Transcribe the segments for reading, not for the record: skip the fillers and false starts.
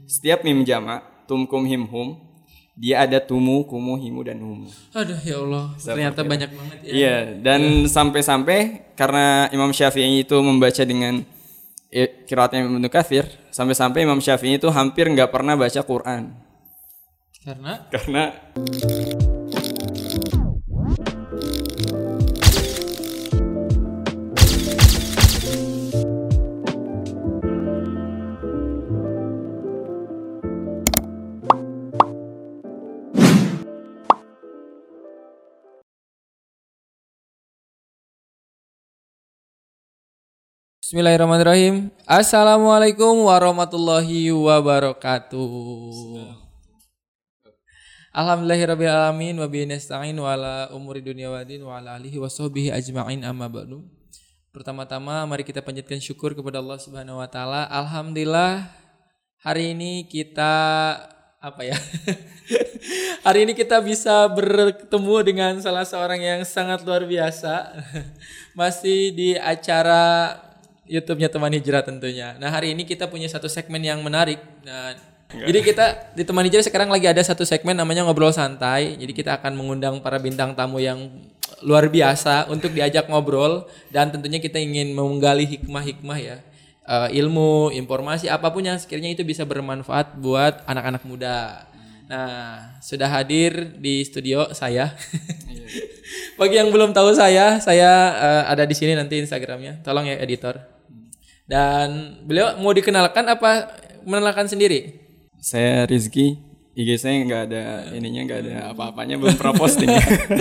Setiap mim jamak, tum, kum, him, hum, dia ada tumu, kumu, himu, dan humu. Aduh ya Allah, ternyata banyak banget ya. Iya, dan sampai-sampai karena Imam Syafi'i itu membaca dengan qiraatnya Ibnu Katsir, sampai-sampai Imam Syafi'i itu hampir nggak pernah baca Quran. Karena Bismillahirrahmanirrahim. Assalamualaikum warahmatullahi wabarakatuh. Alhamdulillahirabbil alamin wa bihi nasta'in wa ala umuri dunya waddin wa ala alihi washabbihi ajma'in amma ba'du. Pertama-tama mari kita panjatkan syukur kepada Allah Subhanahu wa taala. Alhamdulillah hari ini kita hari ini kita bisa bertemu dengan salah seorang yang sangat luar biasa. Masih di acara YouTube-nya Teman Hijrah tentunya. Nah, hari ini kita punya satu segmen yang menarik. Nah, jadi kita di Teman Hijrah sekarang lagi ada satu segmen namanya Ngobrol Santai. Jadi kita akan mengundang para bintang tamu yang luar biasa untuk diajak ngobrol, dan tentunya kita ingin menggali hikmah-hikmah ya. Ilmu, informasi apapun yang sekiranya itu bisa bermanfaat buat anak-anak muda. Nah, sudah hadir di studio saya. Bagi yang belum tahu saya ada di sini nanti Instagramnya. Tolong ya editor. Dan beliau mau dikenalkan apa mengenalkan sendiri? Saya Rizky, IG saya nggak ada ininya, nggak ada apa-apanya, belum pernah posting.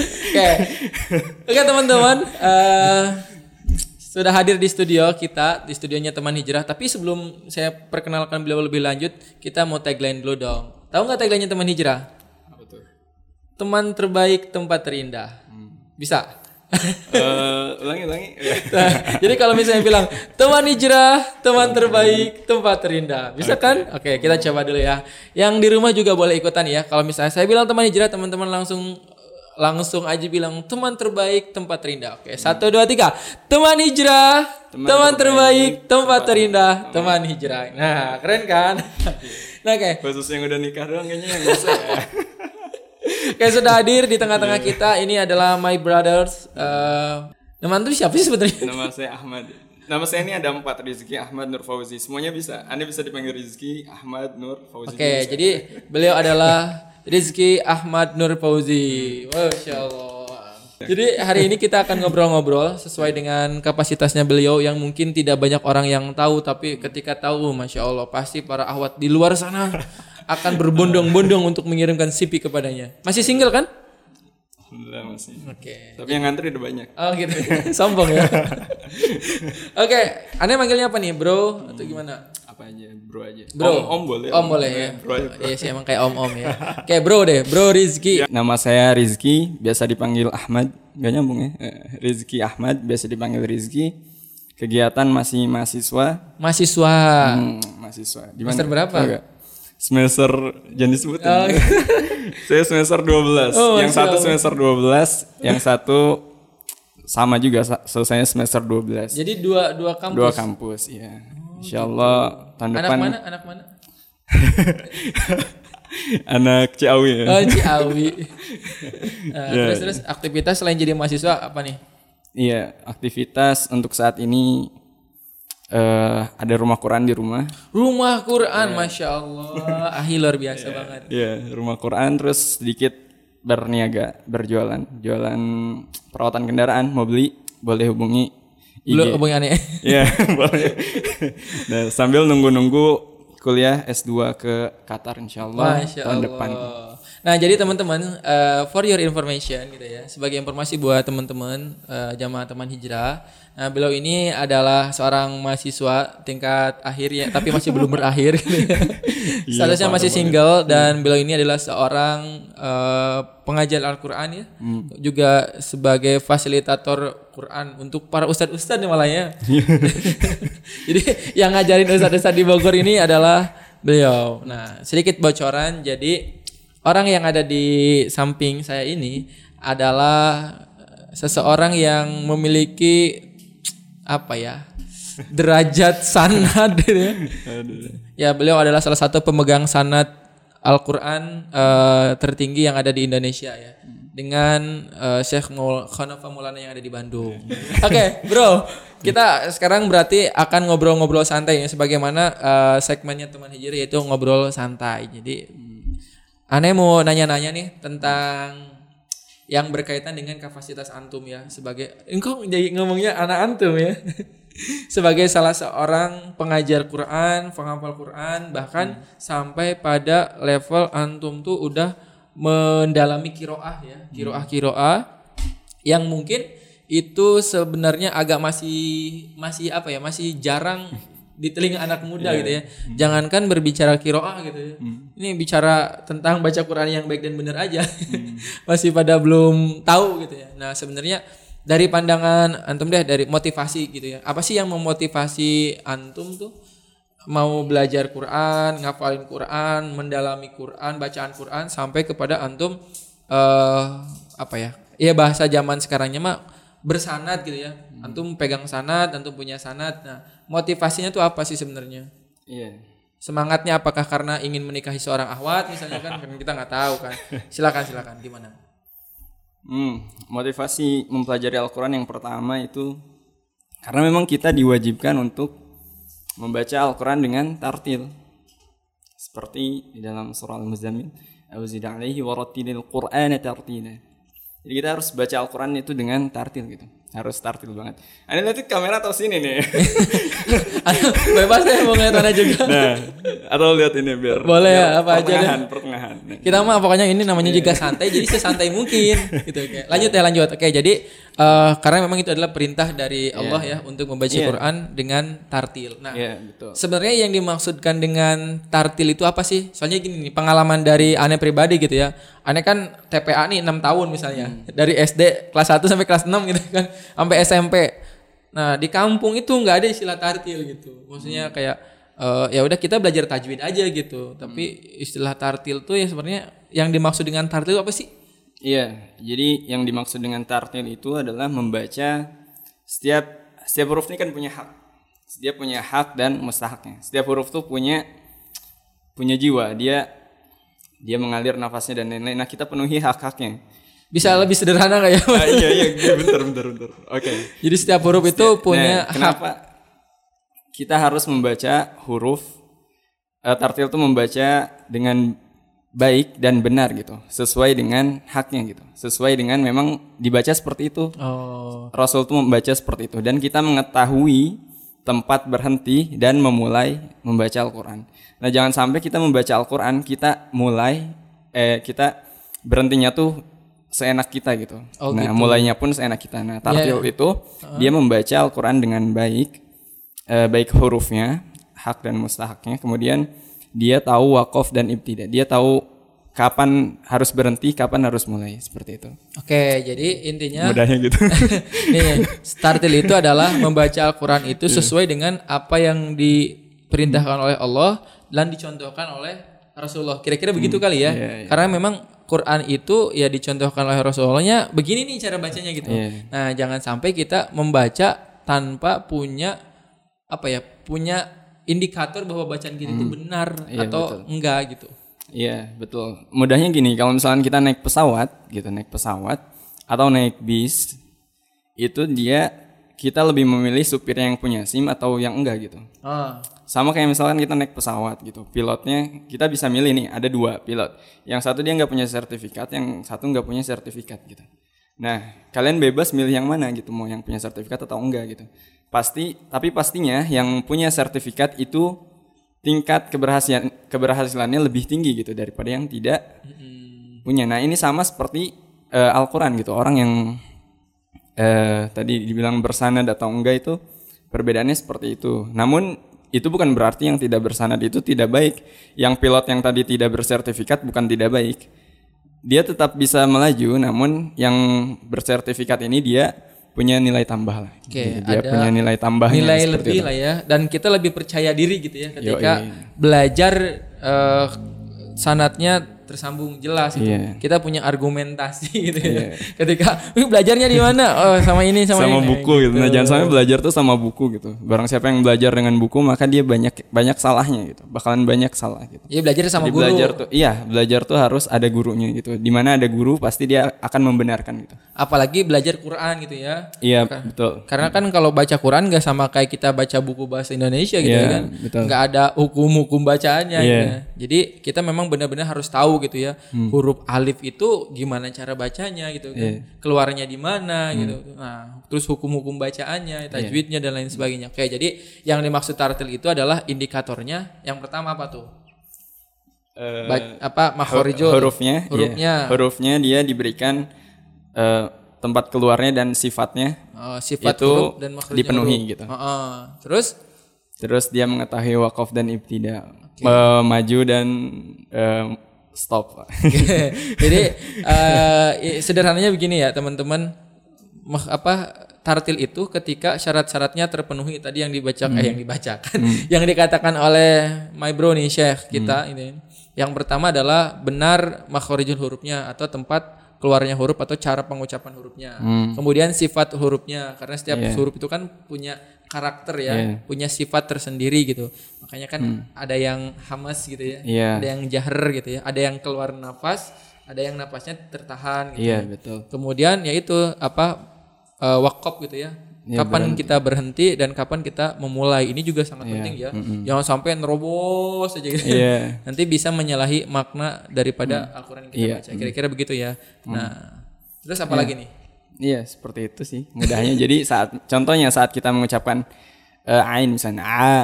Oke teman-teman, sudah hadir di studio kita, di studionya Teman Hijrah. Tapi sebelum saya perkenalkan beliau lebih lanjut, kita mau tagline dulu dong. Tahu nggak tagline-nya Teman Hijrah? Apa tuh? Teman terbaik, tempat terindah. Bisa? Ulangi. Nah, jadi kalau misalnya bilang Teman Hijrah, teman terbaik, tempat terindah, bisa kan? Oke, kita coba dulu ya. Yang di rumah juga boleh ikutan ya. Kalau misalnya saya bilang Teman Hijrah, teman-teman langsung aja bilang teman terbaik, tempat terindah. Oke, 1, 2, 3. Teman Hijrah, teman terbaik, tempat terindah, Teman Hijrah. Nah, keren kan? Nah, oke. Khusus yang udah nikah doang kayaknya yang bisa ya. Kayak sudah hadir di tengah-tengah kita. Ini adalah my brothers. Nama antum siapa sih sebenarnya? Nama saya Ahmad. Nama saya ini ada 4, Rizky, Ahmad, Nur, Fauzi. Semuanya bisa. Anda bisa dipanggil Rizky, Ahmad, Nur, Fauzi. Oke, jadi beliau adalah Rizky Ahmad Nur Fauzi. Masya Allah. Jadi hari ini kita akan ngobrol-ngobrol sesuai dengan kapasitasnya beliau yang mungkin tidak banyak orang yang tahu, tapi ketika tahu, Masya Allah, pasti para ahwat di luar sana akan berbondong-bondong untuk mengirimkan CV kepadanya. Masih single kan? Alhamdulillah masih. Oke. Tapi yang ngantri udah banyak. Oh gitu. Sombong ya. Oke, Anda manggilnya apa nih, bro? Atau gimana? Apa aja, bro aja. Bro. Om boleh. Om boleh ya. Bro aja, bro. Iya sih emang kayak om-om ya. Kayak bro deh, bro Rizky. Nama saya Rizky, biasa dipanggil Ahmad. Gak nyambung ya. Rizky Ahmad, biasa dipanggil Rizky. Kegiatan masih mahasiswa. Mahasiswa. Mahasiswa. Semester berapa? Enggak. Semester jangan disebutin. Oh, Saya semester 12. Oh, yang satu semester 12, yang satu sama juga selesainya semester 12. Jadi dua kampus. Dua kampus, iya. Insyaallah tahun depan. Anak mana? Anak Ciawi ya. Oh, Ciawi. Terus aktivitas selain jadi mahasiswa apa nih? Iya, aktivitas untuk saat ini ada rumah Quran di rumah. Rumah Quran, Masya Allah. Luar biasa banget. Iya, rumah Quran, terus sedikit berniaga, berjualan. Jualan perawatan kendaraan, mau beli, boleh hubungi IG. Belum hubungi aneh. Iya, boleh. Nah, sambil nunggu kuliah S2 ke Qatar insyaallah tahun depan. Nah, jadi teman-teman, for your information gitu ya, sebagai informasi buat teman-teman jamaah Teman Hijrah. Nah, beliau ini adalah seorang mahasiswa tingkat akhir ya, tapi masih belum berakhir gitu ya. Statusnya masih single, dan beliau ini adalah seorang pengajar Al-Qur'an ya. Juga sebagai fasilitator Quran untuk para ustadz-ustadz malah ya. Jadi yang ngajarin ustadz-ustadz di Bogor ini adalah beliau. Nah, sedikit bocoran, jadi orang yang ada di samping saya ini adalah seseorang yang memiliki derajat sanad gitu ya. Ya, beliau adalah salah satu pemegang sanad Al-Qur'an tertinggi yang ada di Indonesia ya. Dengan Syekh Khanafa Maulana yang ada di Bandung. Oke, bro. Kita sekarang berarti akan ngobrol-ngobrol santai ya, sebagaimana segmennya teman hijrah yaitu ngobrol santai. Jadi aneh mau nanya-nanya nih tentang yang berkaitan dengan kapasitas antum ya, sebagai engkau jadi ngomongnya anak antum ya. Sebagai salah seorang pengajar Quran, penghafal Quran, bahkan sampai pada level antum tuh udah mendalami kiroah ya, kiroah yang mungkin itu sebenarnya agak masih apa ya, masih jarang di telinga anak muda gitu ya. Jangankan berbicara kiroah gitu ya. Ini bicara tentang baca Quran yang baik dan benar aja. Masih pada belum tahu gitu ya. Nah, sebenarnya dari pandangan antum deh, dari motivasi gitu ya. Apa sih yang memotivasi antum tuh mau belajar Quran, ngafalin Quran, mendalami Quran, bacaan Quran sampai kepada antum apa ya? Iya, bahasa zaman sekarangnya mah bersanad gitu ya. Antum pegang sanad, antum punya sanad. Nah, motivasinya tuh apa sih sebenarnya? Iya. Semangatnya apakah karena ingin menikahi seorang ahwat misalnya kan kita nggak tahu kan. Silakan gimana? Motivasi mempelajari Al-Quran yang pertama itu karena memang kita diwajibkan untuk membaca Al-Quran dengan tartil. Seperti di dalam surah Al-Muzammil, "Auzid 'alaihi warattilil Qur'ana tartila." Jadi kita harus baca Al-Quran itu dengan tartil gitu. Harus tartil banget. Anda lihat kamera atau sini nih? Bebas ya, mau ngeliat mana juga. Nah, atau lihat ini biar boleh ya, apa aja deh. Pertengahan. Nah. Kita mah pokoknya ini namanya juga santai, jadi sesantai mungkin gitu. Oke. Lanjut. Oke, jadi karena memang itu adalah perintah dari Allah ya untuk membaca Quran dengan tartil. Nah, betul. Sebenarnya yang dimaksudkan dengan tartil itu apa sih? Soalnya gini nih, pengalaman dari aneh pribadi gitu ya. Aneh kan TPA nih 6 tahun misalnya. Dari SD kelas 1 sampai kelas 6 gitu kan. Sampai SMP. Nah, di kampung itu nggak ada istilah tartil gitu. Maksudnya kayak ya udah kita belajar tajwid aja gitu. Tapi istilah tartil tuh ya sebenarnya yang dimaksud dengan tartil itu apa sih? Iya, jadi yang dimaksud dengan tartil itu adalah membaca setiap huruf ini kan punya hak. Dia punya hak dan mustahaknya. Setiap huruf tuh punya jiwa. Dia mengalir nafasnya dan lain-lain. Nah, kita penuhi hak-haknya. Bisa lebih sederhana nggak ya? Iya, bentar. Oke. Jadi setiap huruf itu punya hak. Kenapa kita harus membaca huruf tartil itu membaca dengan baik dan benar gitu, sesuai dengan haknya gitu, sesuai dengan memang dibaca seperti itu. Rasul itu membaca seperti itu dan kita mengetahui tempat berhenti dan memulai membaca Al-Quran. Nah, jangan sampai kita membaca Al-Quran kita berhentinya tuh seenak kita gitu. Nah, mulainya pun seenak kita. Nah, tartil itu dia membaca Al-Quran dengan baik hurufnya, hak dan mustahaknya. Kemudian dia tahu waqaf dan ibtida. Dia tahu kapan harus berhenti, kapan harus mulai, seperti itu. Oke, jadi intinya mudahnya gitu. Nih, tartil itu adalah membaca Al-Quran itu sesuai dengan apa yang diperintahkan oleh Allah dan dicontohkan oleh Rasulullah. Kira-kira begitu kali ya. Karena memang Quran itu ya dicontohkan oleh Rasulullah-nya begini nih cara bacanya gitu. Nah, jangan sampai kita membaca tanpa punya punya indikator bahwa bacaan kita itu benar atau enggak gitu. Iya, betul. Mudahnya gini, kalau misalnya kita naik pesawat atau naik bis, itu kita lebih memilih supir yang punya SIM atau yang enggak gitu. Sama kayak misalkan kita naik pesawat gitu, pilotnya kita bisa milih nih, ada 2 pilot. Yang satu dia nggak punya sertifikat, yang satu nggak punya sertifikat gitu. Nah, kalian bebas milih yang mana gitu, mau yang punya sertifikat atau enggak gitu. Tapi pastinya yang punya sertifikat itu tingkat keberhasilannya lebih tinggi gitu daripada yang tidak punya. Nah, ini sama seperti Al-Quran gitu. Orang yang tadi dibilang bersanad atau enggak itu perbedaannya seperti itu. Namun itu bukan berarti yang tidak bersanad itu tidak baik. Yang pilot yang tadi tidak bersertifikat bukan tidak baik. Dia tetap bisa melaju, namun yang bersertifikat ini dia punya nilai tambah lah. Oke, dia punya nilai tambahnya. Nilai lebih lah ya, dan kita lebih percaya diri gitu ya ketika belajar sanadnya tersambung jelas gitu. Iya. Kita punya argumentasi gitu ya. Ketika belajarnya di mana? Oh, sama ini sama ini. Buku gitu. Nah, jangan sampai belajar tuh sama buku gitu. Barang siapa yang belajar dengan buku maka dia banyak salahnya gitu. Bakalan banyak salah gitu. Iya, belajar sama jadi guru. Belajar tuh harus ada gurunya gitu. Di mana ada guru pasti dia akan membenarkan gitu. Apalagi belajar Quran gitu ya. Iya, betul. Karena kan kalau baca Quran nggak sama kayak kita baca buku bahasa Indonesia gitu ya kan. Betul. Nggak ada hukum-hukum bacaannya gitu ya. Jadi kita memang benar-benar harus tahu gitu ya. Huruf alif itu gimana cara bacanya gitu kan. Keluarnya di mana gitu. Nah, terus hukum-hukum bacaannya, tajwidnya dan lain sebagainya. Oke, jadi yang dimaksud tartil itu adalah indikatornya. Yang pertama apa tuh? Makhorijul hurufnya dia diberikan tempat keluarnya dan sifatnya sifat itu huruf dan dipenuhi huruf. Gitu. Terus dia mengetahui waqaf dan ibtida, maju dan stop. Jadi sederhananya begini ya teman-teman, tartil itu ketika syarat-syaratnya terpenuhi tadi yang dibacakan, yang dikatakan oleh my bro nih Syekh kita ini. Yang pertama adalah benar makhorijul hurufnya atau tempat keluarnya huruf atau cara pengucapan hurufnya. Kemudian sifat hurufnya, karena setiap huruf itu kan punya karakter ya, punya sifat tersendiri gitu. Makanya kan ada yang hamas gitu ya, ada yang jahar gitu ya, ada yang keluar nafas, ada yang nafasnya tertahan gitu. Iya, betul. Kemudian yaitu waqaf gitu ya. Kapan kita berhenti dan kapan kita memulai, ini juga sangat penting ya. Jangan sampai nerobos aja gitu. Nanti bisa menyalahi makna daripada Al-Quran yang kita baca. Kira-kira begitu ya. Nah, terus apa lagi nih? Iya, seperti itu sih mudahnya. Jadi contohnya saat kita mengucapkan ain misalnya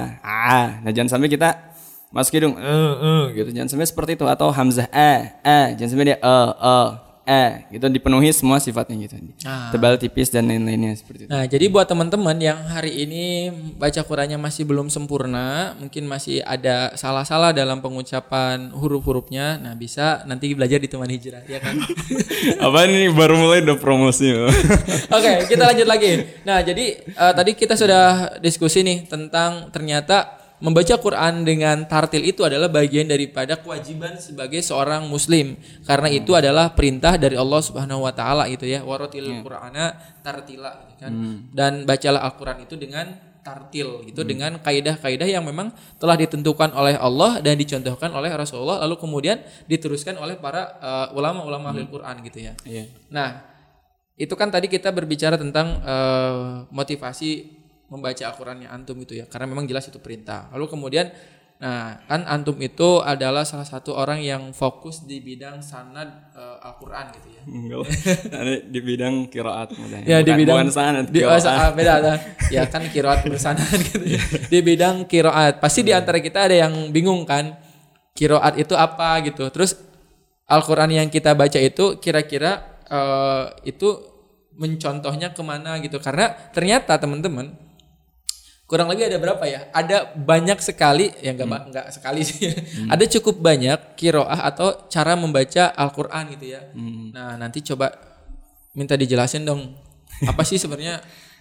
nah jangan sampai kita masuk hidung gitu. Jangan sampai seperti itu, atau hamzah jangan sampai dia gitu dipenuhi semua sifatnya gitu. Tebal, tipis dan lain-lainnya seperti itu. Nah, jadi buat teman-teman yang hari ini baca Qurannya masih belum sempurna, mungkin masih ada salah-salah dalam pengucapan huruf-hurufnya, nah bisa nanti belajar di Teman Hijrah, ya kan? Apa ini baru mulai udah promosi. Oke, kita lanjut lagi. Nah, jadi tadi kita sudah diskusi nih tentang ternyata membaca Quran dengan tartil itu adalah bagian daripada kewajiban sebagai seorang muslim, karena itu adalah perintah dari Allah Subhanahu wa taala gitu ya, waratil Qur'ana tartila gitu kan. Dan bacalah Al-Qur'an itu dengan tartil gitu, dengan kaidah-kaidah yang memang telah ditentukan oleh Allah dan dicontohkan oleh Rasulullah, lalu kemudian diteruskan oleh para ulama-ulama ahli Quran gitu ya. Nah, itu kan tadi kita berbicara tentang motivasi membaca Al-Qurannya antum itu ya, karena memang jelas itu perintah. Lalu kemudian, nah kan antum itu adalah salah satu orang yang fokus di bidang sanad Al-Quran gitu ya. Di bidang qiraat mudahnya. Ya, di bidang sanad. Beda. Ya kan qiraat bersanad gitu ya. Di bidang qiraat, pasti di antara kita ada yang bingung kan, qiraat itu apa gitu. Terus Al-Quran yang kita baca itu kira-kira itu mencontohnya kemana gitu. Karena ternyata teman-teman, kurang lebih ada berapa ya? Ada banyak sekali, ya enggak sekali sih. Ada cukup banyak qiraah atau cara membaca Al-Qur'an gitu ya. Nah, nanti coba minta dijelasin dong. Apa sih sebenarnya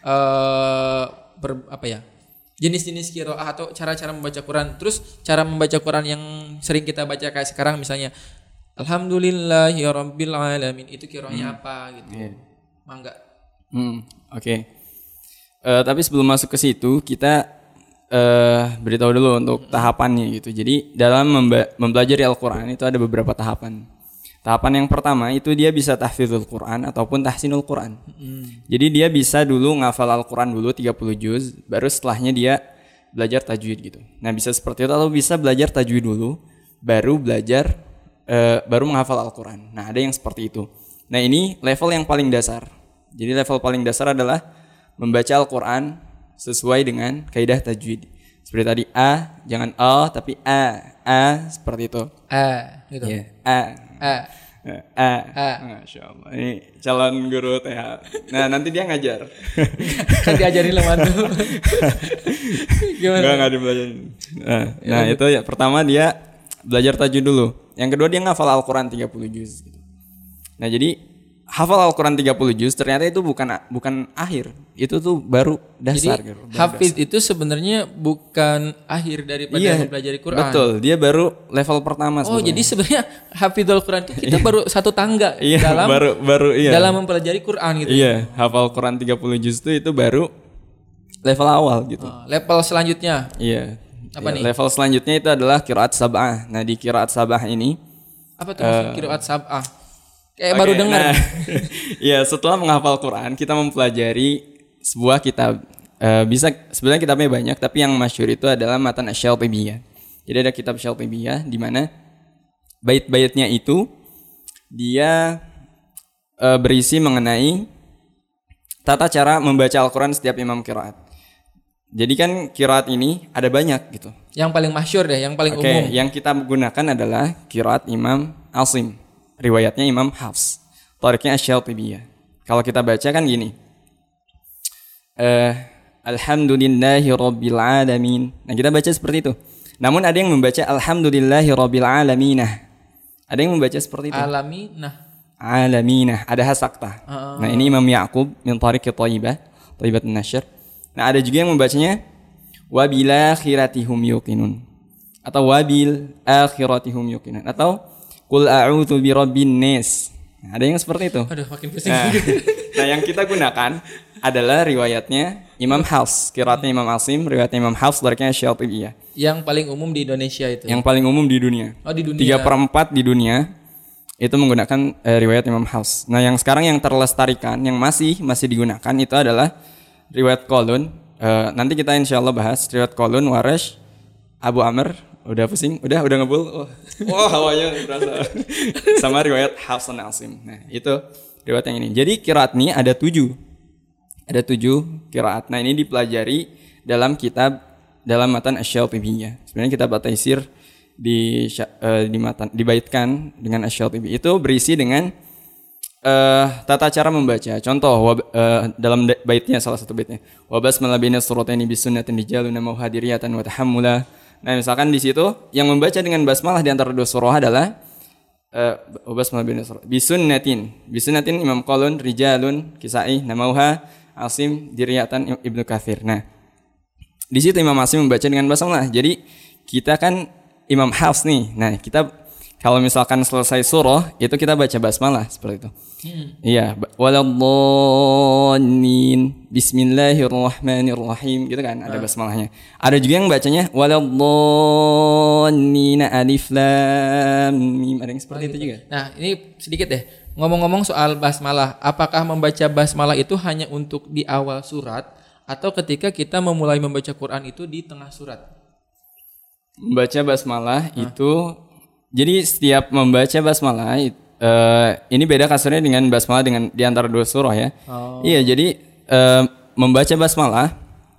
jenis-jenis qiraah atau cara-cara membaca Quran. Terus cara membaca Quran yang sering kita baca kayak sekarang misalnya Alhamdulillahirabbil alamin, itu qiraahnya apa gitu. Mangga. Oke. Tapi sebelum masuk ke situ kita beritahu dulu untuk tahapannya gitu. Jadi dalam mempelajari Al-Quran itu ada beberapa tahapan. Tahapan yang pertama itu dia bisa tahfidzul Quran ataupun tahsinul Quran. Jadi dia bisa dulu ngafal Al-Quran dulu 30 juz, baru setelahnya dia belajar tajwid gitu. Nah, bisa seperti itu, atau bisa belajar tajwid dulu baru baru menghafal Al-Quran. Nah, ada yang seperti itu. Nah, ini level yang paling dasar. Jadi level paling dasar adalah membaca Al-Quran sesuai dengan kaidah tajwid. Seperti tadi jangan tapi seperti itu. Gitu. Masya Allah. Ini calon guru TH. Nah, nanti dia ngajar. Kan diajarin lewat tuh. Gimana? Enggak dibelajarin. Nah, itu ya, pertama dia belajar tajwid dulu. Yang kedua dia ngafal Al-Quran 30 juz. Nah, jadi hafal Al-Quran 30 juz ternyata itu bukan akhir. Itu tuh baru dasar. Jadi gitu, hafiz itu sebenarnya bukan akhir daripada mempelajari Quran. Betul, dia baru level pertama Oh, sebenarnya. jadi sebenarnya hafizul Quran itu kita baru satu tangga dalam dalam mempelajari Quran gitu. Iya, hafal Quran 30 juz itu baru level awal gitu. Level selanjutnya. Iya. Apa nih? Level selanjutnya itu adalah qiraat sab'ah. Nah, di qiraat sab'ah ini apa tuh maksud qiraat sab'ah? Kayak baru dengar. Nah, iya, setelah menghafal Quran, kita mempelajari sebuah kitab. Sebenarnya kitabnya banyak, tapi yang masyhur itu adalah Matan Asy-Syatibiyah. Jadi ada kitab Syatibiyah di mana bait-baitnya itu dia berisi mengenai tata cara membaca Al-Quran setiap imam qiraat. Jadi kan qiraat ini ada banyak gitu. Yang paling masyhur deh, yang paling umum. Yang kita gunakan adalah qiraat Imam Asim. Riwayatnya Imam Hafs, Thariqnya Asy-Syatibiyah. Kalau kita baca kan gini. Alhamdulillahi Rabbil Alamin. Nah, kita baca seperti itu. Namun ada yang membaca Alhamdulillahi Rabbil Alaminah. Ada yang membaca seperti itu. Alaminah. Ada hasakta. Nah, ini Imam Ya'qub min Thariqi Thayyibatun Nashr. Nah, ada juga yang membacanya wabil akhiratihum yuqinun. Atau wabil akhiratihum yuqinun. Atau Qul a'udzu birabbin nas. Nah, ada yang seperti itu. Aduh, makin pusing. Nah, yang kita gunakan adalah riwayatnya Imam Hafs, qiraatnya Imam Asim, riwayatnya Imam Hafs dari Syatibiyah. Yang paling umum di Indonesia itu. Yang paling umum di dunia. Oh, di dunia. 3/4 di dunia itu menggunakan riwayat Imam Hafs. Nah, yang sekarang yang terlestarikan, yang masih digunakan itu adalah riwayat Qalun. Nanti kita insyaallah bahas riwayat Qalun, Warash, Abu Amr. Udah pusing? Udah ngebul? Wah, hawanya berasa. Sama riwayat Hafs dan Asim. Nah, itu riwayat yang ini. Jadi qiraat ini ada 7. Ada 7 qiraat. Nah, ini dipelajari dalam Matan Asy-Syatibiyah. Sebenarnya kitab At-Taisir dibaitkan dengan Asy-Syatibiyah. Itu berisi dengan tata cara membaca. Contoh dalam baitnya, salah satu baitnya. Wa basmala baina surataini bisunnatin rijaluna muhadiriyatan wa tahammula. Nah, misalkan di situ yang membaca dengan basmalah di antara dua surah adalah basmalah baina surah bisunnatin Imam Qalun, rijalun Kisai, Namauha, Asim, Diriyatan Ibnu Katsir. Nah, di situ Imam Asim membaca dengan basmalah. Jadi kita kan Imam Hafs nih. Nah, kita kalau misalkan selesai surah itu kita baca basmalah seperti itu. Iya, waladhdallin, bismillahirrahmanirrahim gitu kan, ada basmalahnya. Ada juga yang bacanya waladhdallin alif lam mim, ada yang seperti itu juga. Nah, ini sedikit deh. Ngomong-ngomong soal basmalah, apakah membaca basmalah itu hanya untuk di awal surat atau ketika kita memulai membaca Quran itu di tengah surat? Membaca basmalah itu, jadi setiap membaca basmalah ini beda kasusnya dengan basmalah dengan di antara dua surah ya. Iya, jadi membaca basmalah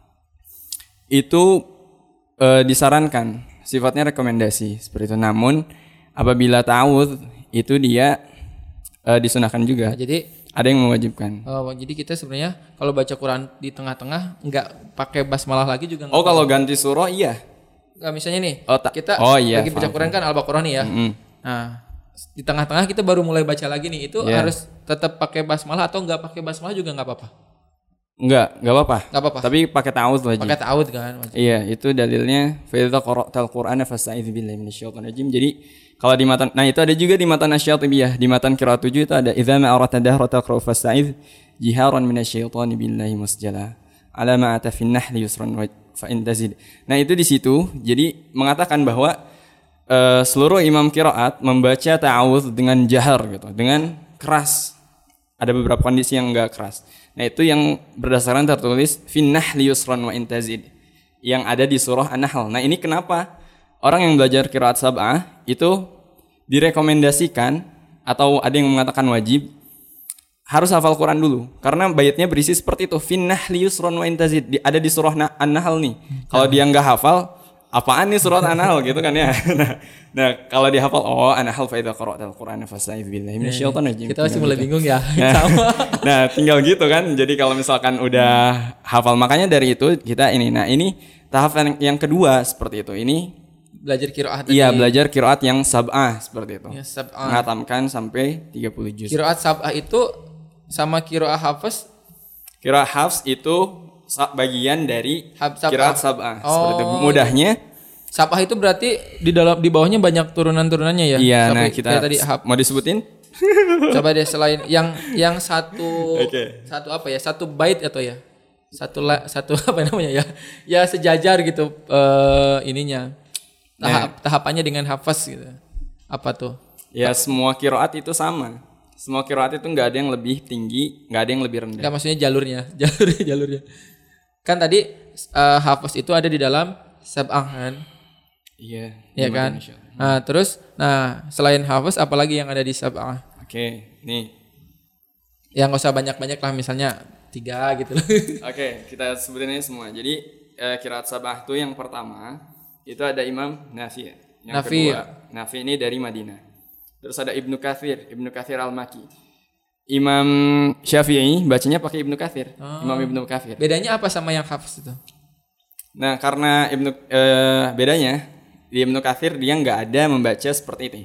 itu disarankan, sifatnya rekomendasi seperti itu. Namun apabila ta'awudz itu dia disunahkan juga. Nah, jadi ada yang mewajibkan. Jadi kita sebenarnya kalau baca Quran di tengah-tengah nggak pakai basmalah lagi juga. Kalau ganti surah iya. Nggak, misalnya nih kita lagi baca Quran kan Al-Baqarah nih ya. Nah, di tengah-tengah kita baru mulai baca lagi nih, itu harus tetap pakai basmalah atau nggak pakai basmalah juga nggak apa-apa? Nggak apa-apa. Nggak apa-apa. Tapi pakai ta'awudz wajib. Pakai ta'awudz kan wajib. Iya, itu dalilnya fa idza qara'tal Qur'ana fasta'idz billahi minasyaitonir rajim. Jadi kalau di matan, nah itu ada juga di matan Asy-Syatibiyah, di matan qiraat 7 itu ada idza ma arata dahra taqra fasta'idz jiharan minasyaitonir billahi musjala ala ma ata fin nahl yusran wa fa in tazid. Nah, itu di situ jadi mengatakan bahwa seluruh imam qiraat membaca ta'awudz dengan jahar gitu, dengan keras. Ada beberapa kondisi yang enggak keras. Nah, itu yang berdasarkan tertulis fin nahl yusran wa in tazid yang ada di surah An-Nahl. Nah, ini kenapa orang yang belajar qiraat sab'ah itu direkomendasikan atau ada yang mengatakan wajib harus hafal Quran dulu, karena baitnya berisi seperti itu, fin nahl yusran wa in tazid, ada di surah An-Nahl nih. Kalau dia enggak hafal, apaan nih surat An-Nahl gitu kan ya. Nah, kalau dihafal An-Nahl fa idza qara'tal Qur'ana fasta'idz billahi minasyaitonir rajim. Kita masih mulai bingung ya. Sama. Nah, tinggal gitu kan. Jadi kalau misalkan udah hafal, makanya dari itu kita ini. Nah, ini tahap yang kedua seperti itu. Ini belajar qiraah tadi. Iya, belajar qiraat yang sab'ah seperti itu. Ya, sab'ah. Menghatamkan sampai 30 juz. Qiraat sab'ah itu sama qiraah hafs. Qiraat hafs itu bagian dari qiraat sab'ah. Seperti itu. Mudahnya sab'ah itu berarti di bawahnya banyak turunan-turunannya ya? Iya, sampai nah kita tadi mau disebutin? Coba deh selain yang satu satu apa ya? Satu bait atau ya? Satu apa namanya ya? Ya sejajar gitu ininya. Tahapannya dengan hafaz gitu. Apa tuh? Ya semua qiraat itu sama. Semua qiraat itu enggak ada yang lebih tinggi, enggak ada yang lebih rendah. Enggak, maksudnya jalurnya. Kan tadi hafaz itu ada di dalam sab'ah kan? Iya. Iya kan? Nah, terus selain hafaz apalagi yang ada di sab'ah? Oke, nih. Yang enggak usah banyak-banyak lah, misalnya 3 gitu loh. Oke, kita sebutin aja semua. Jadi qiraat sab'ah itu yang pertama itu ada Imam Nafi'. Yang kedua, Nafi' ini dari Madinah. Terus ada Ibnu Katsir Al-Makki. Imam Syafi'i bacanya pakai Ibnu Katsir. Imam Ibnu Katsir. Bedanya apa sama yang hafaz itu? Nah, karena bedanya di Ibnu Katsir dia nggak ada membaca seperti ini.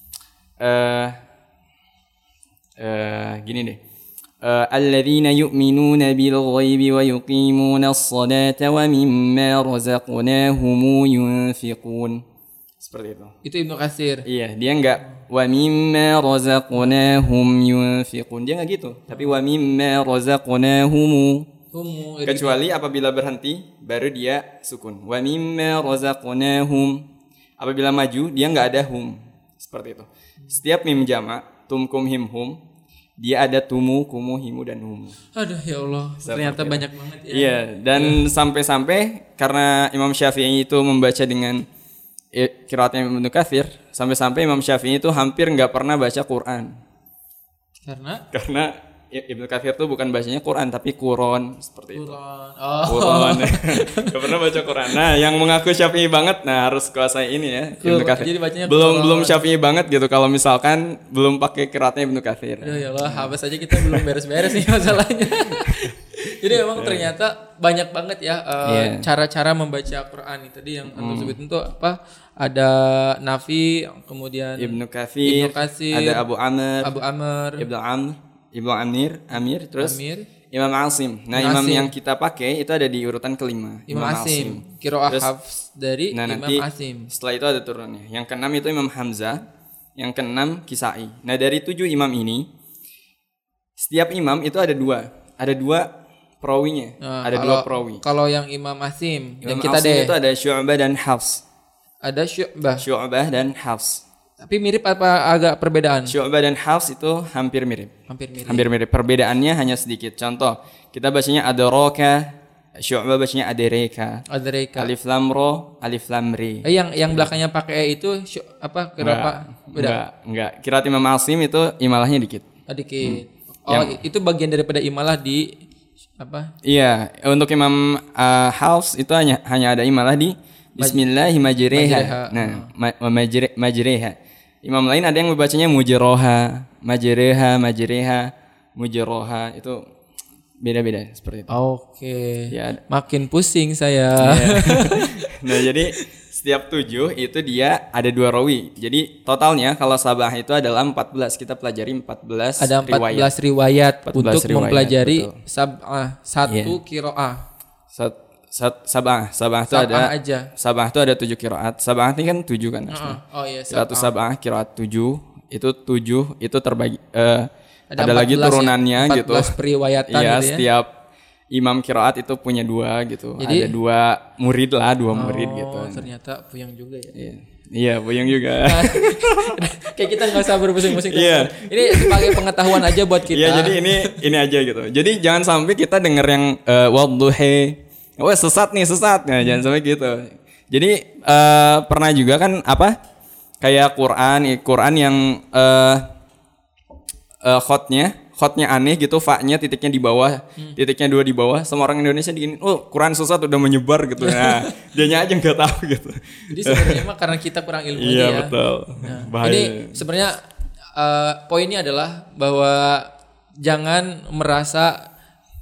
Gini deh. Alladzina yu'minuna bil ghaibi wa yuqimuna as-salata wa mimma razaqnahum yunfiqun. Seperti itu. Itu Ibnu Katsir. Iya, dia enggak wa mimma razaqnahum yunfiqun. Dia enggak gitu, tapi wa mimma razaqnahum. Kecuali apabila berhenti baru dia sukun. Wa mimma razaqnahum. Apabila maju dia enggak ada hum. Seperti itu. Setiap mim jamak, tum kum him hum, dia ada tumu, kumu, himu dan humu. Aduh ya Allah, ternyata banyak banget ya. Iya, dan sampai-sampai karena Imam Syafi'i itu membaca dengan qiraatnya Ibnu Katsir, sampai-sampai Imam Syafi'i itu hampir nggak pernah baca Quran. Karena Ibnu Katsir itu bukan bacanya Quran tapi Quran seperti itu. Quran. Gak pernah baca Quran. Nah, yang mengaku Syafi'i banget, nah harus kuasai ini ya. Ibnu Katsir. Belum Syafi'i banget gitu kalau misalkan belum pakai qiraatnya Ibnu Katsir. Aduh ya Allah, habis aja kita belum beres-beres nih masalahnya. Jadi memang ternyata banyak banget ya cara-cara membaca Quran. Tadi yang antum sebutin tuh apa? Ada Nafi, kemudian Ibnu Katsir, ada Abu Amr, Ibnu Amir, terus Imam Asim. Nah, Imam yang kita pakai itu ada di urutan kelima. Imam Asim. Qiraah hafs dari Imam Asim. Setelah itu ada turunnya. Yang keenam itu Imam Hamzah, yang keenam Kisai. Nah, dari 7 imam ini, setiap imam itu ada dua perawinya. Ada dua perawi. Kalau yang Imam Asim, Imam yang kita Asim itu ada Syu'bah dan Hafs. Ada Syu'bah dan Hafs. Tapi mirip apa agak perbedaan? Syu'bah dan Hafs itu hampir mirip. Hampir mirip. Perbedaannya hanya sedikit. Contoh, kita bacanya adraka, Syu'bah bacanya adraka. Alif lam ro, alif lam ri. Yang belakangnya pakai itu apa? Kenapa beda? Enggak. Qiraat Imam Asim itu imalahnya dikit. Dikit. Itu bagian daripada imalah di apa? Iya, untuk Imam Hafs itu hanya ada imalah di Bismillahirrahmanirrahim. Nah, majriha. Imam lain ada yang membacanya mujroha, majreha, mujroha, itu beda-beda seperti itu. Oke. Ya, makin pusing saya. Nah, jadi setiap 7 itu dia ada 2 rawi. Jadi totalnya kalau sabah itu adalah 14. Kita pelajari 14 ada 14 riwayat untuk mempelajari sabah satu qiraah. Sabah itu ada aja. Sabah itu ada 7 qiraat. Sabah ini kan 7 kan. Iya, sabah qiraat 7 itu 7 itu terbagi ada lagi turunannya 14 gitu. 14 periwayatan iya, gitu ya. Setiap imam qiraat itu punya 2 gitu. Jadi, ada 2 murid lah, 2 murid gitu. Ternyata puyeng juga ya. Iya, puyeng juga. Kayak kita enggak usah berpusing-pusing. Iya. Ini sebagai pengetahuan aja buat kita. Iya, jadi ini aja gitu. Jadi jangan sampai kita denger yang wadduha sesat. Nah, jangan sampai gitu. Jadi pernah juga kan apa? Kayak Quran yang khotnya aneh gitu, fa-nya titiknya di bawah, titiknya 2 di bawah. Sama orang Indonesia digini, Quran sesat udah menyebar gitu. Nah, dianya aja enggak tahu gitu. Jadi sebenarnya mah karena kita kurang ilmu aja ya. Iya, betul. Nah, bahaya. Ini sebenarnya poinnya adalah bahwa jangan merasa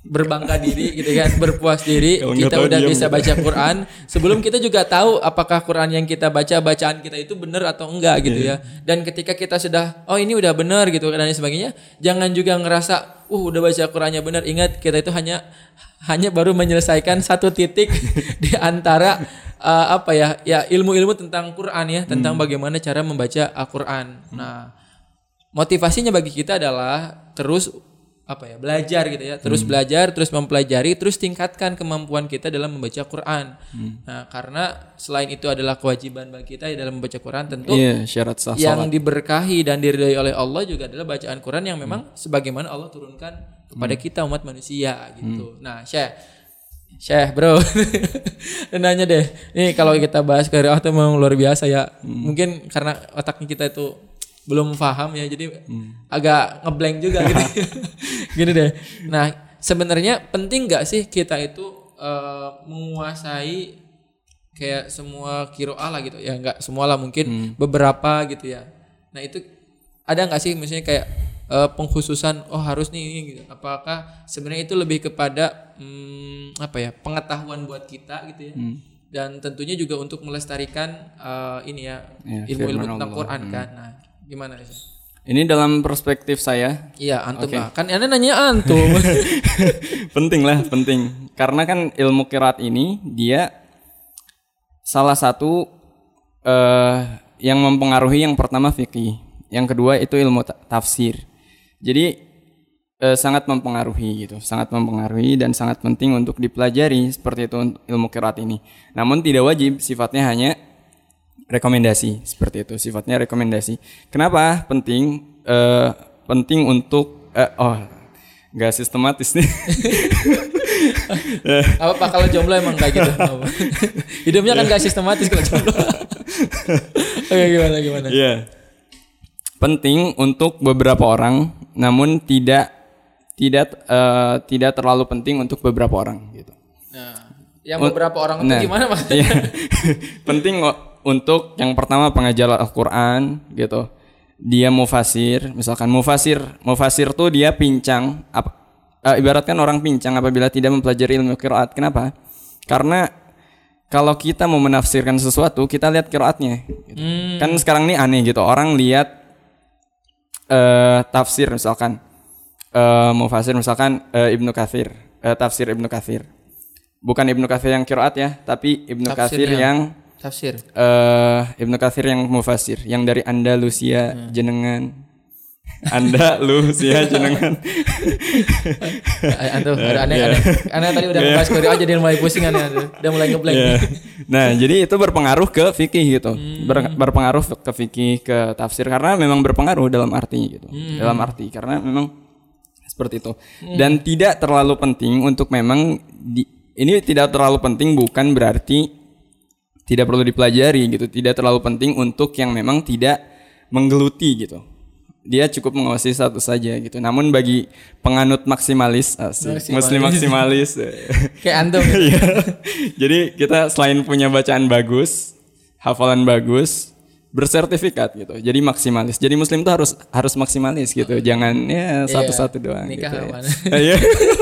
berbangga diri gitu kan, berpuas diri Kalau kita nggak tahu udah diam bisa gitu. baca Quran sebelum kita juga tahu apakah Quran yang kita baca bacaan kita itu benar atau enggak gitu ya. Dan ketika kita sudah ini udah benar gitu dan sebagainya, jangan juga ngerasa udah baca Qurannya benar. Ingat kita itu hanya baru menyelesaikan satu titik di antara ilmu-ilmu tentang Quran ya, tentang bagaimana cara membaca Al-Quran. Nah, motivasinya bagi kita adalah terus belajar gitu ya, terus belajar, terus mempelajari, terus tingkatkan kemampuan kita dalam membaca Quran. Nah, karena selain itu adalah kewajiban bagi kita dalam membaca Quran, tentu syarat sah yang salat. diberkahi dan diridhai oleh Allah juga adalah bacaan Quran yang memang sebagaimana Allah turunkan kepada kita umat manusia gitu. Nah, Syekh bro, nanya deh, nih kalau kita bahas qiraah itu memang luar biasa ya. Mungkin karena otaknya kita itu belum paham ya, jadi agak ngeblank juga gitu. Gini deh. Nah, sebenarnya penting nggak sih kita itu menguasai kayak semua qiraah lah gitu ya? Nggak semua lah, mungkin beberapa gitu ya. Nah, itu ada nggak sih misalnya kayak pengkhususan harus nih gitu. Apakah sebenarnya itu lebih kepada pengetahuan buat kita gitu ya? Dan tentunya juga untuk melestarikan ilmu-ilmu tentang Quran kan. Nah, gimana sih? Ini dalam perspektif saya. Iya, antum lah. Kan Anda nanya antum. penting. Karena kan ilmu qiraat ini dia salah satu yang mempengaruhi, yang pertama fikih, yang kedua itu ilmu tafsir. Jadi sangat mempengaruhi gitu, sangat mempengaruhi dan sangat penting untuk dipelajari seperti itu ilmu qiraat ini. Namun tidak wajib, sifatnya hanya rekomendasi seperti itu, sifatnya rekomendasi. Kenapa penting? Penting untuk nggak sistematis nih. Apa kalau jomblo emang kayak gitu? Hidupnya kan nggak sistematis kalau jomblo. Oke, gimana? Iya. Penting untuk beberapa orang, namun tidak terlalu penting untuk beberapa orang gitu. Nah, yang beberapa orang itu gimana maksudnya? Iya. Penting untuk yang pertama pengajar Al-Quran gitu. Dia mufasir, misalkan mufasir tuh dia pincang, ibaratkan orang pincang apabila tidak mempelajari ilmu qiraat. Kenapa? Karena kalau kita mau menafsirkan sesuatu, kita lihat qiraatnya gitu. Kan sekarang ini aneh gitu, orang lihat tafsir misalkan mufasir misalkan Ibnu Katsir, tafsir Ibnu Katsir. Bukan Ibnu Katsir yang qiraat ya, tapi Ibnu Katsir yang tafsir. Ibnu Katsir yang mufasir, yang dari Andalusia jenengan. Andalusia jenengan. Antum ada aneh. Aneh tadi udah ngebahas qiraat jadi mulai pusing aneh. Udah mulai ngeblank. Nah, jadi itu berpengaruh ke fikih gitu. Berpengaruh ke fikih, ke tafsir, karena memang berpengaruh dalam arti gitu. Dalam arti karena memang seperti itu. Dan tidak terlalu penting untuk memang ini tidak terlalu penting bukan berarti tidak perlu dipelajari gitu. Tidak terlalu penting untuk yang memang tidak menggeluti gitu. Dia cukup menguasai satu saja gitu. Namun bagi penganut maksimalis. Muslim maksimalis. Kayak antum. Jadi kita selain punya bacaan bagus, hafalan bagus, bersertifikat gitu. Jadi maksimalis. Jadi muslim itu harus maksimalis gitu. Jangan satu-satu doang nikah gitu. Ya.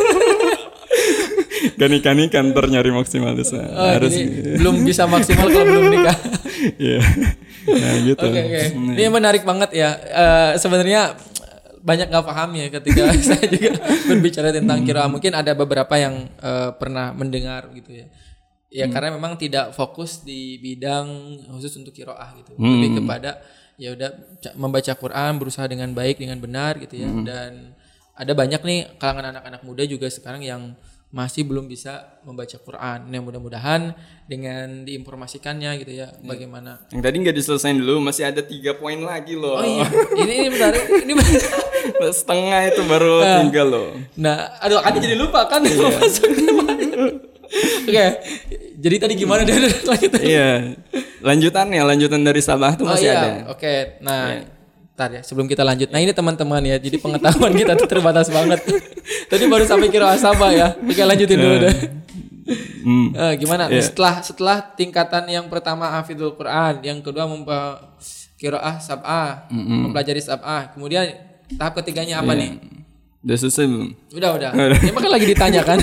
Gak nikah ntar nyari maksimalis. Harus belum bisa maksimal kalau belum nikah. Iya. Nah gitu. Oke. Ini menarik banget ya. Sebenarnya banyak nggak paham ya ketika saya juga berbicara tentang qiraah. Mungkin ada beberapa yang pernah mendengar gitu ya. Ya karena memang tidak fokus di bidang khusus untuk qiraah gitu. Lebih kepada ya udah membaca Quran, berusaha dengan baik, dengan benar gitu ya. Dan ada banyak nih kalangan anak-anak muda juga sekarang yang masih belum bisa membaca Quran. Nah, mudah-mudahan dengan diinformasikannya gitu ya, bagaimana. Yang tadi nggak diselesain dulu, masih ada 3 poin lagi loh. Oh iya, ini bentar, ini setengah itu baru 3 loh. Nah, aduh, kan jadi lupa kan. Oke, jadi tadi gimana deh lanjutan? Iya, lanjutan dari Sabah tuh masih ada. Oke, nah. Bentar ya, sebelum kita lanjut. Nah ini teman-teman ya, jadi pengetahuan kita tuh terbatas banget. Tadi baru sampai qiraah Sabah ya. Oke, lanjutin dulu deh. Gimana? Setelah tingkatan yang pertama hafizul Quran, yang kedua qiraah sab'ah, mempelajari sab'ah. Kemudian tahap ketiganya apa nih? Udah selesai belum? Udah. Ini kan lagi ditanya kan.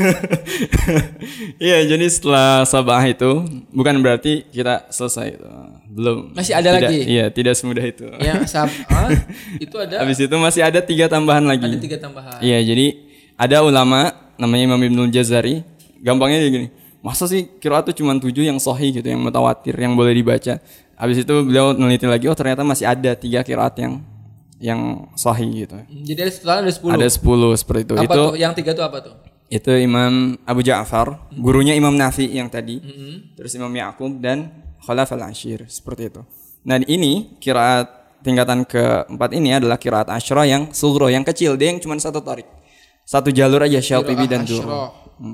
Iya, jadi setelah sabah itu bukan berarti kita selesai itu. Belum. Masih ada lagi? Iya, tidak semudah itu. Ya, itu ada. Habis itu masih ada 3 tambahan lagi. Ada 3 tambahan. Iya, jadi ada ulama namanya Imam Ibnul Jazari. Gampangnya gini. Masa sih qiraat itu cuma 7 yang sahih gitu, yang mutawatir, yang boleh dibaca. Habis itu beliau meneliti lagi, ternyata masih ada 3 qiraat yang sahih gitu. Jadi ada 10. Ada 10 seperti itu. Apa tuh? Yang 3 tuh apa tuh? Itu Imam Abu Ja'far, gurunya Imam Nafi yang tadi. Terus Imam Ya'qub dan Khalaf al-Ashir, seperti itu. Nah, ini qiraat tingkatan keempat ini adalah qiraat Asyra yang sughra, yang kecil, dia yang cuma 1 tarik. 1 jalur aja Syatibi dan Durr.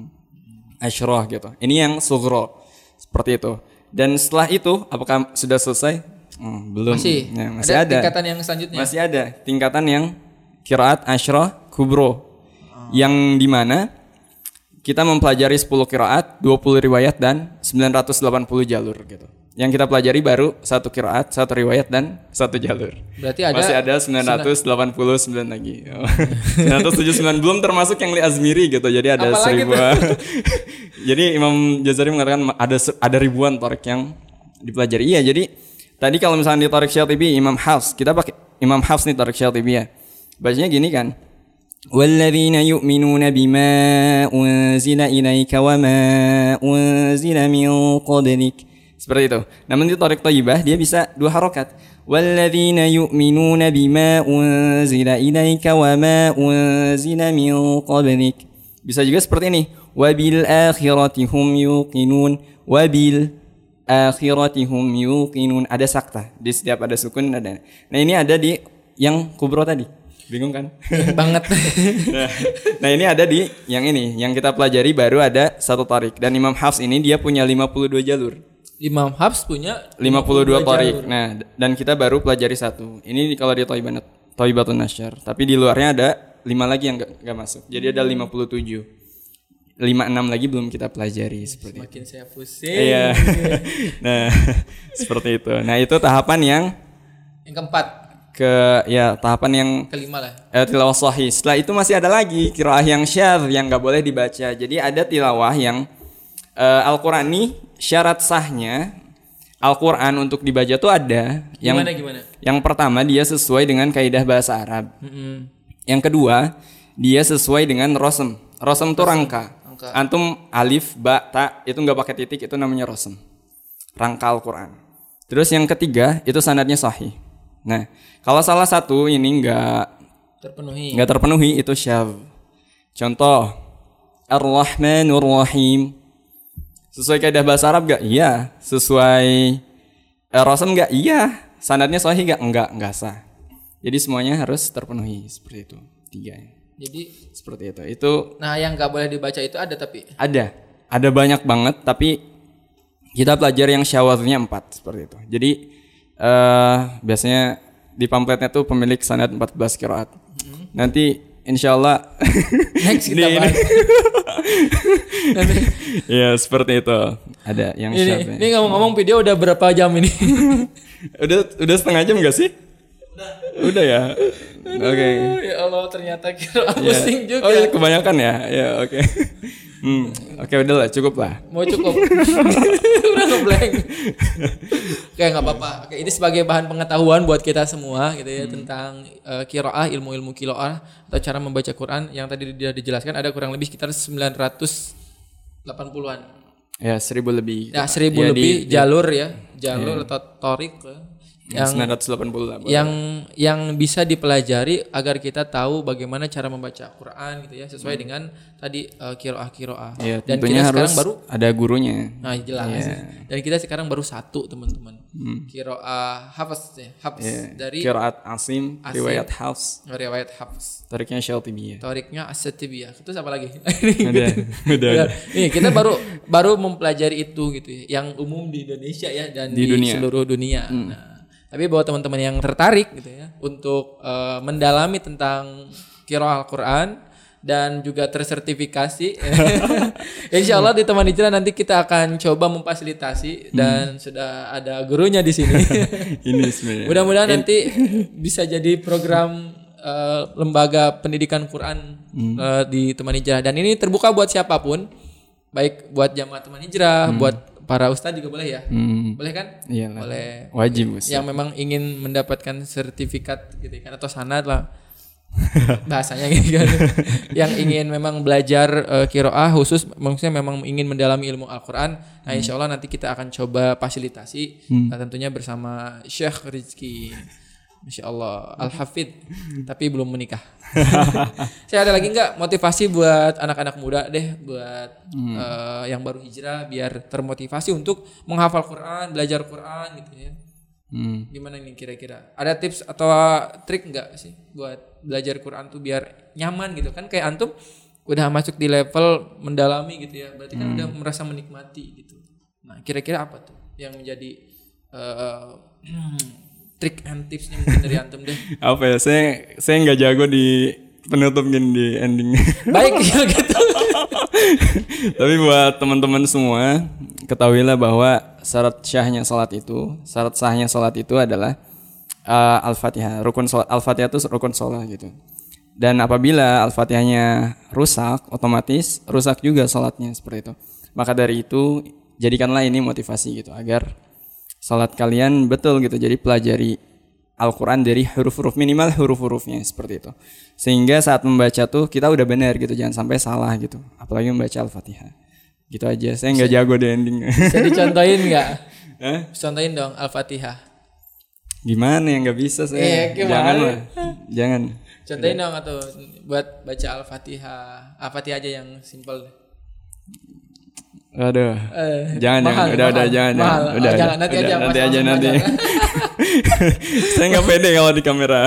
Asyra gitu. Ini yang sughra. Seperti itu. Dan setelah itu apakah sudah selesai? Belum. Masih ada tingkatan yang selanjutnya. Masih ada tingkatan yang qiraat Asyra kubro. Yang dimana kita mempelajari 10 qiraat, 20 riwayat dan 980 jalur gitu. Yang kita pelajari baru 1 qiraat, 1 riwayat dan 1 jalur. Berarti masih ada 989 lagi. 979 belum termasuk yang li Azmiri gitu. Jadi ada 1000. Jadi Imam Jazari mengatakan ada ribuan tarik yang dipelajari. Iya, jadi tadi kalau misalnya di tarik Syatibi Imam Hafs, kita pakai Imam Hafs nih tarik Syatibi ya. Bacanya gini kan. وَالَّذِينَ يُؤْمِنُونَ بِمَا أُنْزِلَ إِلَيْكَ وَمَا أُنْزِلَ مِنْ قَبْلِكَ. Seperti itu. Namun di tarik Thayyibah dia bisa 2 harokat. وَالَّذِينَ يُؤْمِنُونَ بِمَا أُنْزِلَ إِلَيْكَ وَمَا أُنْزِلَ مِنْ قَبْلِكَ. Bisa juga seperti ini. وَبِالْآخِرَةِ هُمْ يُوقِنُونَ وَبِالْآخِرَةِ هُمْ يُوقِنُونَ. Ada sakta. Di setiap ada sukun ada. Nah, ini ada di yang kubro tadi. Bingung kan? Banget. Nah, ini ada di yang ini, yang kita pelajari baru ada 1 tarik. Dan Imam Hafs ini dia punya 52 jalur. Imam Hafs punya 52 tarik. Nah, dan kita baru pelajari 1. Ini kalau di Thayyibatun Nasyr. Tapi di luarnya ada 5 lagi yang enggak masuk. Jadi ada 57. 56 lagi belum kita pelajari seperti Makin itu. Saya pusing. Iya. Nah, seperti itu. Nah, itu tahapan yang keempat. Tahapan yang kelima lah. Tilawah sahih. Setelah itu masih ada lagi qiraah yang syadz yang enggak boleh dibaca. Jadi ada tilawah yang Al-Qur'an ini syarat sahnya Al-Qur'an untuk dibaca tuh ada. Gimana? Yang pertama dia sesuai dengan kaidah bahasa Arab. Yang kedua, dia sesuai dengan rosem. Rosem tuh rangka. Antum alif, ba, ta itu enggak pakai titik, itu namanya rosem. Rangka Al-Qur'an. Terus yang ketiga, itu sanadnya sahih. Nah, kalau salah satu ini enggak terpenuhi itu syadz. Contoh, Ar-Rahmanur Rahim. Sesuai kaidah bahasa Arab enggak? Iya. Sesuai rosem enggak? Iya. Sanadnya sahih enggak? Enggak sah. Jadi semuanya harus terpenuhi seperti itu. 3. Jadi seperti itu. Nah, yang enggak boleh dibaca itu ada tapi ada banyak banget, tapi kita pelajari yang syawadznya 4 seperti itu. Jadi biasanya di pamfletnya tuh pemilik sanad 14 qiraat. Nanti insyaallah next kita bahas. Ya seperti itu. Ada yang syadz. Ini ngomong-ngomong video udah berapa jam ini? udah setengah jam enggak sih? Udah ya. Oke. Ya Allah, ternyata kira pusing juga. Oh, ya, kebanyakan ya. Ya, oke. Oke, udah lah, cukup lah. Mau cukup. Udah ngeblank. Oke, enggak apa-apa. Oke, ini sebagai bahan pengetahuan buat kita semua gitu ya tentang qiraah, ilmu-ilmu qiraah atau cara membaca Quran yang tadi dia dijelaskan ada kurang lebih sekitar 980-an. Ya, 1000 lebih. Ya, 1000 lebih jalur atau torik yang 980 lah. Yang bisa dipelajari agar kita tahu bagaimana cara membaca Quran gitu ya sesuai dengan tadi qiraah. Ya, dan kita sekarang baru ada gurunya. Nah, jelas. Dan kita sekarang baru 1 teman-teman. Qiraah Hafs dari qiraat Asim, riwayat Hafs. Tariknya Syatibi. Tariknya As-Syatibiyah. Terus apa lagi? Udah. Nih, kita baru mempelajari itu gitu ya, yang umum di Indonesia ya dan di seluruh dunia. Nah, tapi buat teman-teman yang tertarik gitu ya untuk mendalami tentang qiraah Al-Qur'an dan juga tersertifikasi, insyaallah di Teman Hijrah nanti kita akan coba memfasilitasi dan sudah ada gurunya di sini. Ini sebenarnya. Mudah-mudahan nanti bisa jadi program lembaga pendidikan Quran di Teman Hijrah, dan ini terbuka buat siapapun, baik buat jamaah Teman Hijrah, buat para ustadz juga boleh ya. Boleh kan? Iya. Boleh. Wajib ustadz. Yang memang ingin mendapatkan sertifikat gitu kan, atau sanad lah bahasanya gitu kan. Yang ingin memang belajar qiraah khusus, maksudnya memang ingin mendalami ilmu Al-Quran. Nah insya Allah nanti kita akan coba fasilitasi, tentunya bersama Syekh Rizky, Masya Allah, Al-Hafidh, tapi belum menikah. Saya ada lagi nggak motivasi buat anak-anak muda deh, buat yang baru hijrah, biar termotivasi untuk menghafal Quran, belajar Quran gitu ya. Gimana nih kira-kira? Ada tips atau trik nggak sih buat belajar Quran tuh biar nyaman gitu kan? Kayak antum udah masuk di level mendalami gitu ya, berarti kan udah merasa menikmati gitu. Nah kira-kira apa tuh yang menjadi trik and tipsnya mungkin dari antum deh? Apa ya? Saya nggak jago di penutup gini, di ending. Baik gitu. Tapi buat teman-teman semua, ketahuilah bahwa syarat sahnya salat itu adalah Al-Fatihah. Rukun salat Al-Fatihah itu rukun salat gitu. Dan apabila Al-Fatihahnya rusak, otomatis rusak juga salatnya, seperti itu. Maka dari itu jadikanlah ini motivasi gitu, agar salat kalian betul gitu. Jadi pelajari Al-Quran dari huruf-huruf, minimal huruf-hurufnya, seperti itu. Sehingga saat membaca tuh kita udah benar gitu, jangan sampai salah gitu. Apalagi membaca Al-Fatihah. Gitu aja. Saya nggak jago di ending. Bisa dicontohin nggak? Contohin dong Al-Fatihah. Gimana ya, nggak bisa saya. Jangan lah. Jangan. Contohin dong atau buat baca Al-Fatihah. Al-Fatihah aja yang simple. Aduh. Jangan. Udah, jangan. Udah. Jangan, nanti aja. Saya nggak pede kalau di kamera.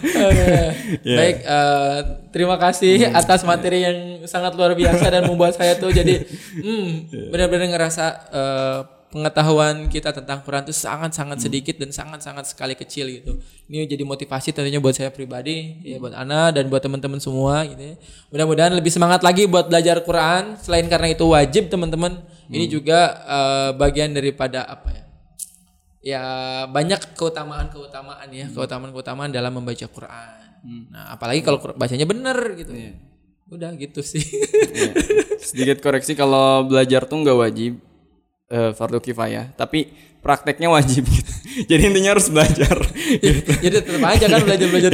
Baik, terima kasih atas materi yang sangat luar biasa dan membuat saya tuh jadi benar-benar ngerasa pengetahuan kita tentang Quran itu sangat-sangat sedikit dan sangat-sangat sekali kecil gitu. Ini jadi motivasi tentunya buat saya pribadi, ya buat Ana dan buat teman-teman semua gitu ya. Mudah-mudahan lebih semangat lagi buat belajar Quran. Selain karena itu wajib teman-teman, ini juga bagian daripada apa ya? Ya banyak keutamaan ya, keutamaan dalam membaca Quran. Nah, apalagi kalau bacanya benar gitu. Udah gitu sih. Sedikit koreksi, kalau belajar tuh nggak wajib, fardu kifayah, tapi prakteknya wajib gitu. Jadi intinya harus belajar. Gitu. Jadi tetap aja kan belajar.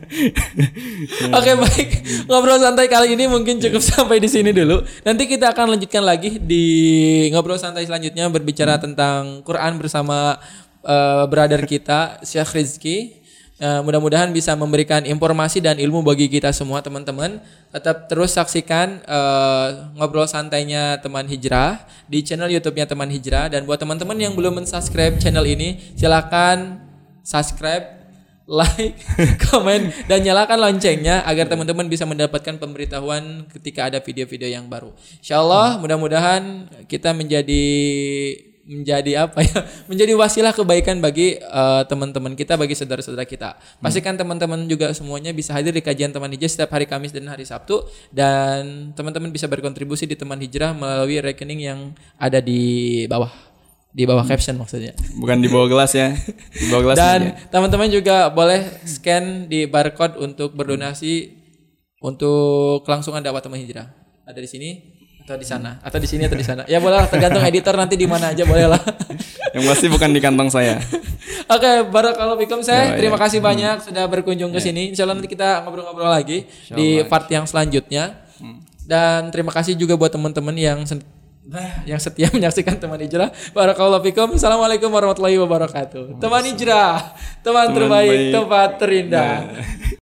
Oke, baik. Ngobrol santai kali ini mungkin cukup sampai di sini dulu. Nanti kita akan lanjutkan lagi di ngobrol santai selanjutnya, berbicara tentang Quran bersama brother kita Syekh Rizky. Mudah-mudahan bisa memberikan informasi dan ilmu bagi kita semua teman-teman. Tetap terus saksikan ngobrol santainya Teman Hijrah di channel YouTube-nya Teman Hijrah. Dan buat teman-teman yang belum mensubscribe channel ini, silakan subscribe, like, komen, dan nyalakan loncengnya agar teman-teman bisa mendapatkan pemberitahuan ketika ada video-video yang baru. Insyaallah mudah-mudahan kita menjadi apa ya? Menjadi wasilah kebaikan bagi teman-teman kita, bagi saudara-saudara kita. Pastikan teman-teman juga semuanya bisa hadir di kajian Teman Hijrah setiap hari Kamis dan hari Sabtu, dan teman-teman bisa berkontribusi di Teman Hijrah melalui rekening yang ada di bawah caption maksudnya. Bukan di bawah gelas ya. Di bawah gelas. Dan teman-teman juga boleh scan di barcode untuk berdonasi untuk kelangsungan dakwah Teman Hijrah. Ada di sini atau di sana atau di sini atau di sana. Ya boleh lah, tergantung editor nanti di mana aja boleh lah. Yang pasti bukan di kantong saya. Oke, barakallahu fikum saya. Terima kasih banyak sudah berkunjung ke sini. Insyaallah nanti kita ngobrol-ngobrol lagi di part yang selanjutnya. Dan terima kasih juga buat teman-teman yang setia menyaksikan Teman Hijrah. Barakallahu fikum. Assalamualaikum warahmatullahi wabarakatuh. Teman Hijrah, teman terbaik, tempat terindah.